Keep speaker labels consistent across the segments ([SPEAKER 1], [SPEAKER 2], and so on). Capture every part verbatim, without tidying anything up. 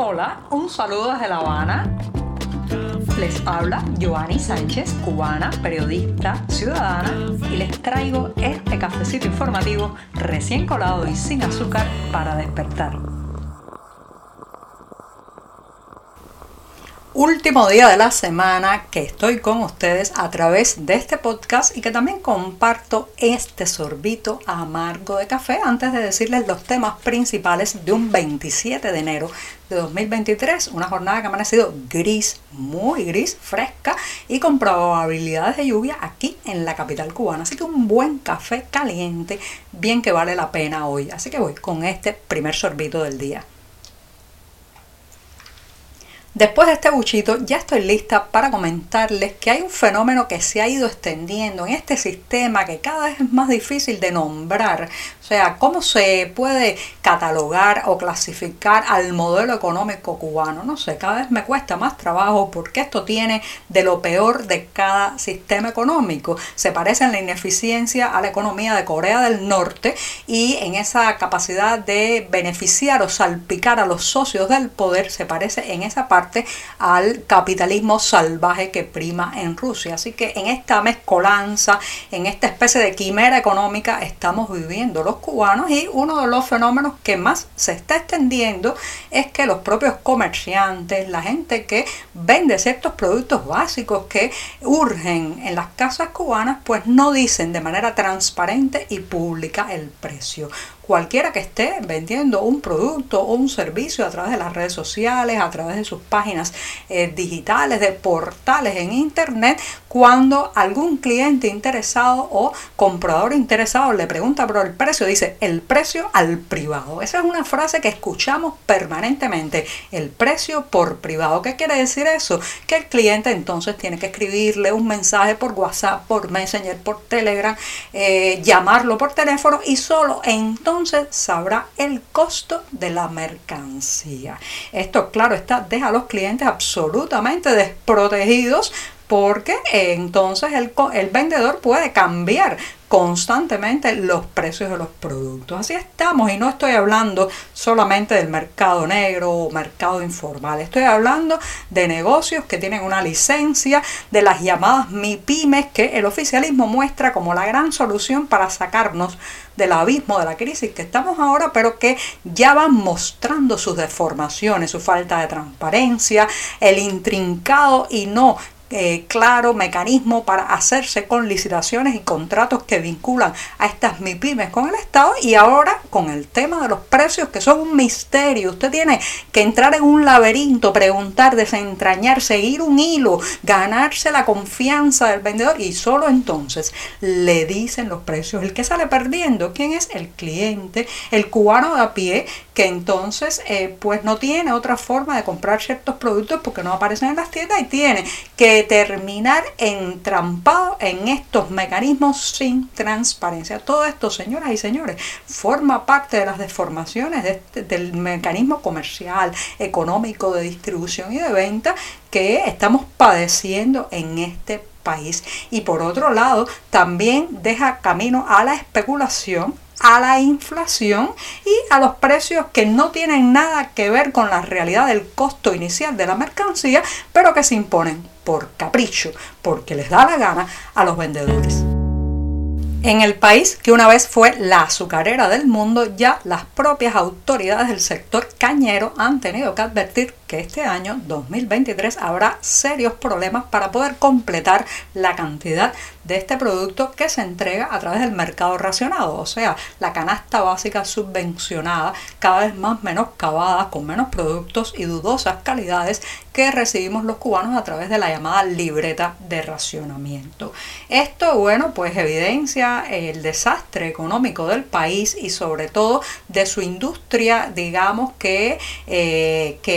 [SPEAKER 1] Hola, un saludo desde La Habana. Les habla Joanny Sánchez, cubana, periodista, ciudadana, y les traigo este cafecito informativo recién colado y sin azúcar para despertar. Último día de la semana que estoy con ustedes a través de este podcast y que también comparto este sorbito amargo de café antes de decirles los temas principales de un veintisiete de enero de dos mil veintitrés, una jornada que ha amanecido gris, muy gris, fresca y con probabilidades de lluvia aquí en la capital cubana. Así que un buen café caliente, bien que vale la pena hoy. Así que voy con este primer sorbito del día. Después de este buchito ya estoy lista para comentarles que hay un fenómeno que se ha ido extendiendo en este sistema que cada vez es más difícil de nombrar. O sea, cómo se puede catalogar o clasificar al modelo económico cubano. No sé, cada vez me cuesta más trabajo porque esto tiene de lo peor de cada sistema económico. Se parece en la ineficiencia a la economía de Corea del Norte y en esa capacidad de beneficiar o salpicar a los socios del poder se parece en esa parte al capitalismo salvaje que prima en Rusia. Así que en esta mezcolanza, en esta especie de quimera económica estamos viviendo los cubanos, y uno de los fenómenos que más se está extendiendo es que los propios comerciantes, la gente que vende ciertos productos básicos que urgen en las casas cubanas, pues no dicen de manera transparente y pública el precio. Cualquiera que esté vendiendo un producto o un servicio a través de las redes sociales, a través de sus páginas eh, digitales, de portales en internet, cuando algún cliente interesado o comprador interesado le pregunta por el precio, dice el precio al privado. Esa es una frase que escuchamos permanentemente, el precio por privado. ¿Qué quiere decir eso? Que el cliente entonces tiene que escribirle un mensaje por WhatsApp, por Messenger, por Telegram, eh, llamarlo por teléfono y solo entonces entonces sabrá el costo de la mercancía. Esto, claro está, deja a los clientes absolutamente desprotegidos porque eh, entonces el, el vendedor puede cambiar constantemente los precios de los productos. Así estamos, y no estoy hablando solamente del mercado negro o mercado informal. Estoy hablando de negocios que tienen una licencia, de las llamadas MIPYMES, que el oficialismo muestra como la gran solución para sacarnos del abismo de la crisis que estamos ahora, pero que ya van mostrando sus deformaciones, su falta de transparencia, el intrincado y no Eh, claro mecanismo para hacerse con licitaciones y contratos que vinculan a estas MIPYMES con el Estado, y ahora con el tema de los precios, que son un misterio. Usted tiene que entrar en un laberinto, preguntar, desentrañar, seguir un hilo, ganarse la confianza del vendedor, y solo entonces le dicen los precios. El que sale perdiendo, ¿quién es? El cliente, el cubano de a pie, que entonces eh, pues no tiene otra forma de comprar ciertos productos porque no aparecen en las tiendas y tiene que terminar entrampado en estos mecanismos sin transparencia. Todo esto, señoras y señores, forma parte de las deformaciones de este, del mecanismo comercial, económico, de distribución y de venta que estamos padeciendo en este país. Y por otro lado, también deja camino a la especulación, a la inflación y a los precios que no tienen nada que ver con la realidad del costo inicial de la mercancía, pero que se imponen por capricho, porque les da la gana a los vendedores. En el país que una vez fue la azucarera del mundo, ya las propias autoridades del sector cañero han tenido que advertir que este año dos mil veintitrés habrá serios problemas para poder completar la cantidad de este producto que se entrega a través del mercado racionado, o sea, la canasta básica subvencionada, cada vez más menoscabada, con menos productos y dudosas calidades que recibimos los cubanos a través de la llamada libreta de racionamiento. Esto, bueno, pues evidencia el desastre económico del país y sobre todo de su industria, digamos que, eh, que era en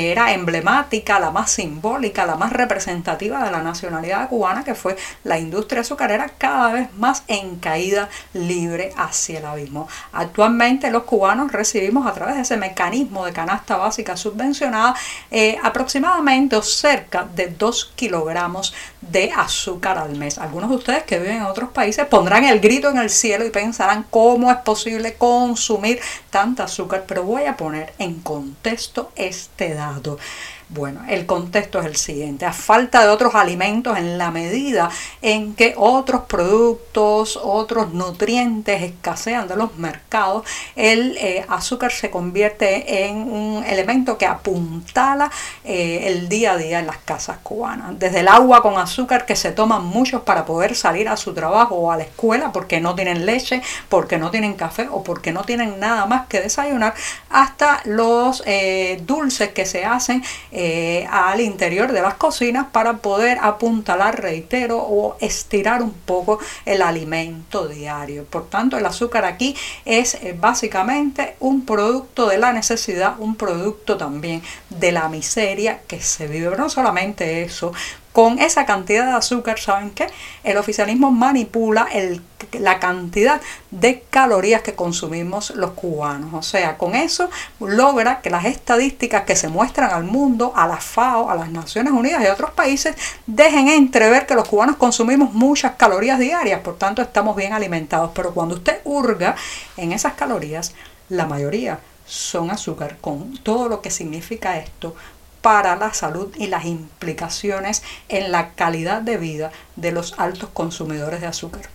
[SPEAKER 1] emblemática, la más simbólica, la más representativa de la nacionalidad cubana, que fue la industria azucarera, cada vez más en caída libre hacia el abismo. Actualmente los cubanos recibimos a través de ese mecanismo de canasta básica subvencionada eh, aproximadamente o cerca de dos kilogramos de azúcar al mes. Algunos de ustedes que viven en otros países pondrán el grito en el cielo y pensarán cómo es posible consumir tanta azúcar, pero voy a poner en contexto este dato. Bueno, el contexto es el siguiente: a falta de otros alimentos, en la medida en que otros productos, otros nutrientes escasean de los mercados, el eh, azúcar se convierte en un elemento que apuntala eh, el día a día en las casas cubanas. Desde el agua con azúcar que se toman muchos para poder salir a su trabajo o a la escuela porque no tienen leche, porque no tienen café o porque no tienen nada más que desayunar, hasta los eh, dulces que se hacen Eh, al interior de las cocinas para poder apuntalar, reitero, o estirar un poco el alimento diario. Por tanto, el azúcar aquí es eh, básicamente un producto de la necesidad, un producto también de la miseria que se vive. Pero no solamente eso, con esa cantidad de azúcar, ¿saben qué? El oficialismo manipula el, la cantidad de calorías que consumimos los cubanos. O sea, con eso logra que las estadísticas que se muestran al mundo, a la FAO, a las Naciones Unidas y a otros países, dejen entrever que los cubanos consumimos muchas calorías diarias, por tanto estamos bien alimentados. Pero cuando usted hurga en esas calorías, la mayoría son azúcar, con todo lo que significa esto para la salud y las implicaciones en la calidad de vida de los altos consumidores de azúcar.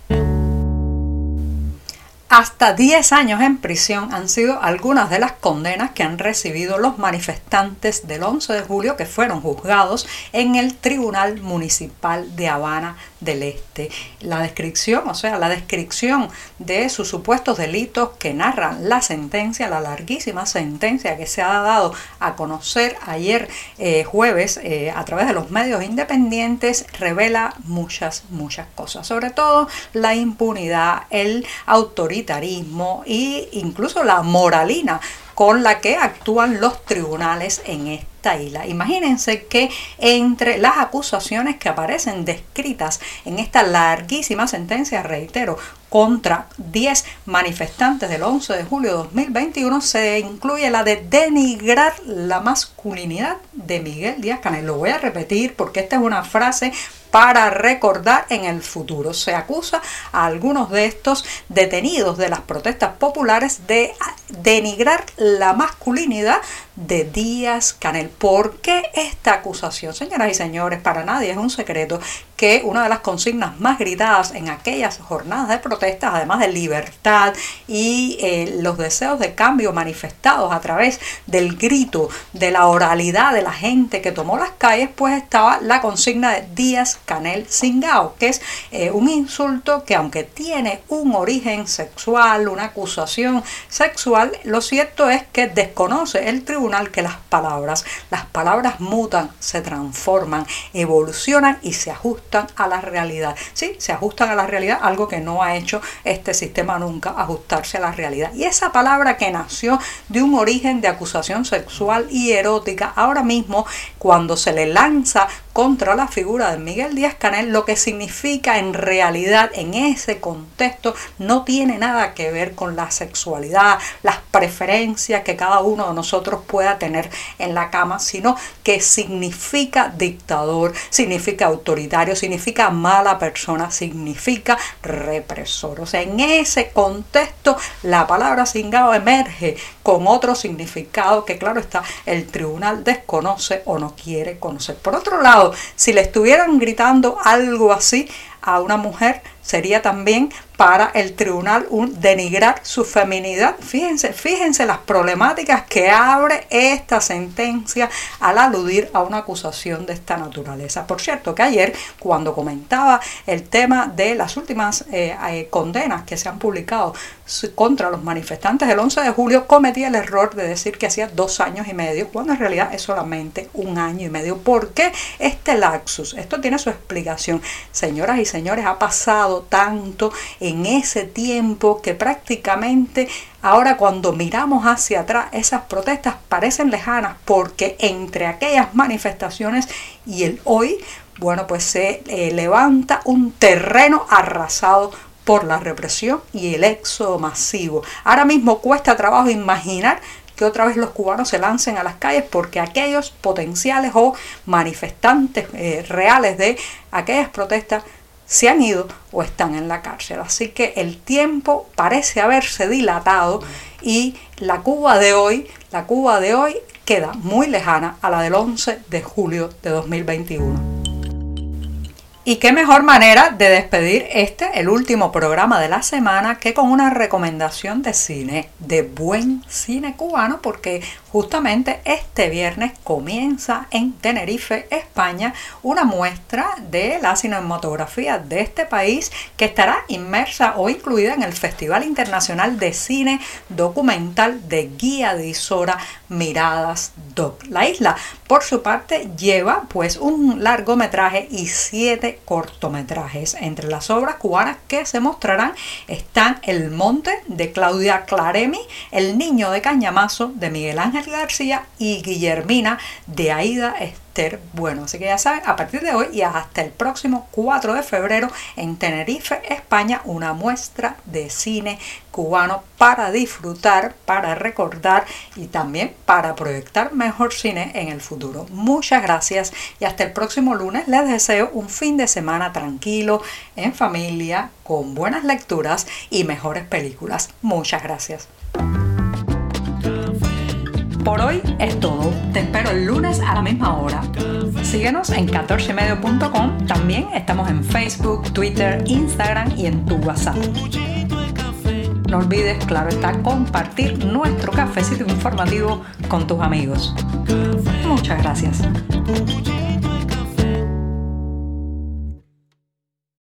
[SPEAKER 1] Hasta diez años en prisión han sido algunas de las condenas que han recibido los manifestantes del once de julio que fueron juzgados en el Tribunal Municipal de Habana del Este. La descripción, o sea, la descripción de sus supuestos delitos que narran la sentencia, la larguísima sentencia que se ha dado a conocer ayer eh, jueves eh, a través de los medios independientes, revela muchas, muchas cosas. Sobre todo la impunidad, el autoritarismo e incluso la moralina con la que actúan los tribunales en esta isla. Imagínense que entre las acusaciones que aparecen descritas en esta larguísima sentencia, reitero, contra diez manifestantes del once de julio de dos mil veintiuno, se incluye la de denigrar la masculinidad de Miguel Díaz-Canel. Lo voy a repetir porque esta es una frase para recordar en el futuro. Se acusa a algunos de estos detenidos de las protestas populares de denigrar la masculinidad de Díaz-Canel. ¿Por qué esta acusación? Señoras y señores, para nadie es un secreto que una de las consignas más gritadas en aquellas jornadas de protestas, además de libertad y eh, los deseos de cambio manifestados a través del grito, de la oralidad de la gente que tomó las calles, pues estaba la consigna de Díaz-Canel Cingao, que es eh, un insulto que, aunque tiene un origen sexual, una acusación sexual, lo cierto es que desconoce el tribunal que las palabras, las palabras mutan, se transforman, evolucionan y se ajustan a la realidad. Sí, se ajustan a la realidad, algo que no ha hecho este sistema nunca, ajustarse a la realidad. Y esa palabra que nació de un origen de acusación sexual y erótica, ahora mismo cuando se le lanza contra la figura de Miguel Díaz-Canel, lo que significa en realidad en ese contexto no tiene nada que ver con la sexualidad, las preferencias que cada uno de nosotros pueda tener en la cama, sino que significa dictador, significa autoritario, significa mala persona, significa represor. O sea, en ese contexto la palabra cingao emerge con otro significado que, claro está, el tribunal desconoce o no quiere conocer. Por otro lado, si le estuvieran gritando algo así a una mujer, sería también para el tribunal un denigrar su feminidad. Fíjense, fíjense las problemáticas que abre esta sentencia al aludir a una acusación de esta naturaleza. Por cierto, que ayer, cuando comentaba el tema de las últimas eh, eh, condenas que se han publicado contra los manifestantes del once de julio, cometí el error de decir que hacía dos años y medio, cuando en realidad es solamente un año y medio. ¿Por qué este lapsus? Esto tiene su explicación. Señoras y señores, ha pasado avanzado tanto en ese tiempo que prácticamente ahora cuando miramos hacia atrás esas protestas parecen lejanas, porque entre aquellas manifestaciones y el hoy, bueno, pues se eh, levanta un terreno arrasado por la represión y el éxodo masivo. Ahora mismo cuesta trabajo imaginar que otra vez los cubanos se lancen a las calles, porque aquellos potenciales o manifestantes eh, reales de aquellas protestas se han ido o están en la cárcel. Así que el tiempo parece haberse dilatado y la Cuba de hoy, la Cuba de hoy queda muy lejana a la del once de julio de dos mil veintiuno. Y qué mejor manera de despedir este, el último programa de la semana, que con una recomendación de cine, de buen cine cubano, porque justamente este viernes comienza en Tenerife, España, una muestra de la cinematografía de este país que estará inmersa o incluida en el Festival Internacional de Cine Documental de Guía de Isora Miradas Doc. La isla, por su parte, lleva pues un largometraje y siete cortometrajes. Entre las obras cubanas que se mostrarán están El Monte de Claudia Claremi, El Niño de Cañamazo de Miguel Ángel García y Guillermina de Aida Esther Bueno. Así que ya saben, a partir de hoy y hasta el próximo cuatro de febrero en Tenerife, España, una muestra de cine cubano para disfrutar, para recordar y también para proyectar mejor cine en el futuro. Muchas gracias y hasta el próximo lunes. Les deseo un fin de semana tranquilo, en familia, con buenas lecturas y mejores películas. Muchas gracias. Por hoy es todo. Te espero el lunes a la misma hora. Síguenos en catorce y medio punto com. También estamos en Facebook, Twitter, Instagram y en tu WhatsApp. No olvides, claro está, compartir nuestro cafecito informativo con tus amigos. Muchas gracias.